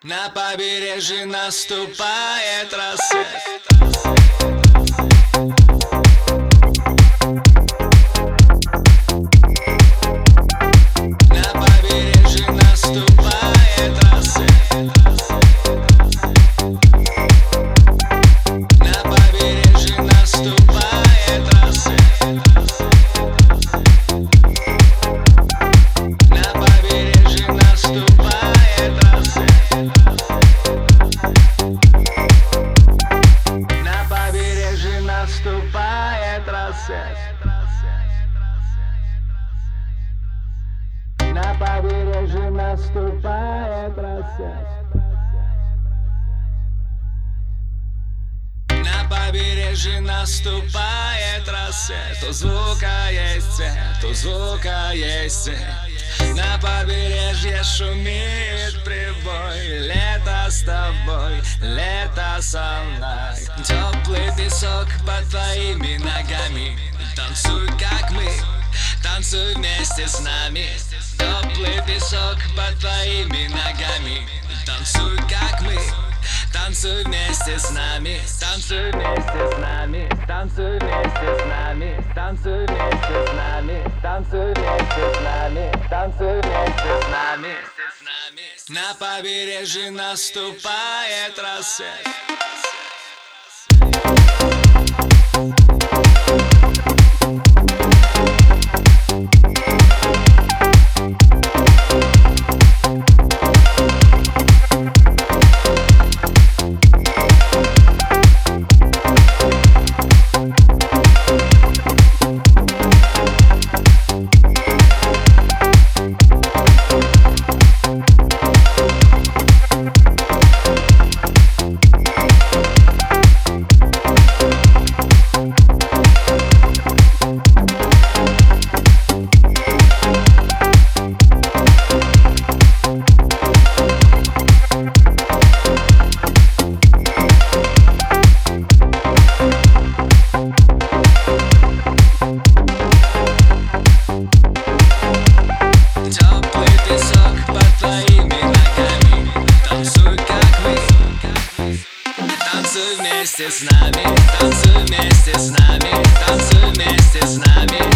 На побережье наступает рассвет. На побережье наступает рассвет. На побережье наступает рассвет. На побережье наступает рассвет. На побережье наступает рассвет. На побережье наступает рассвет. На побережье наступает рассвет. У звука есть цвет, у звука есть цвет. На побережье шумит прибой. Лето с тобой, лето со мной. Теплый песок под твоими ногами. Танцуй, как мы, танцуй вместе с нами. Теплый песок под твоими ногами. Танцуй, как мы, танцуй вместе с нами. Танцуй вместе с нами. Танцуй вместе с нами. Танцуй вместе с нами. Танцуй вместе с нами. Танцуй вместе с нами. На побережье наступает рассвет. Танцуй вместе с нами, танцуй вместе с нами, танцуй вместе с нами.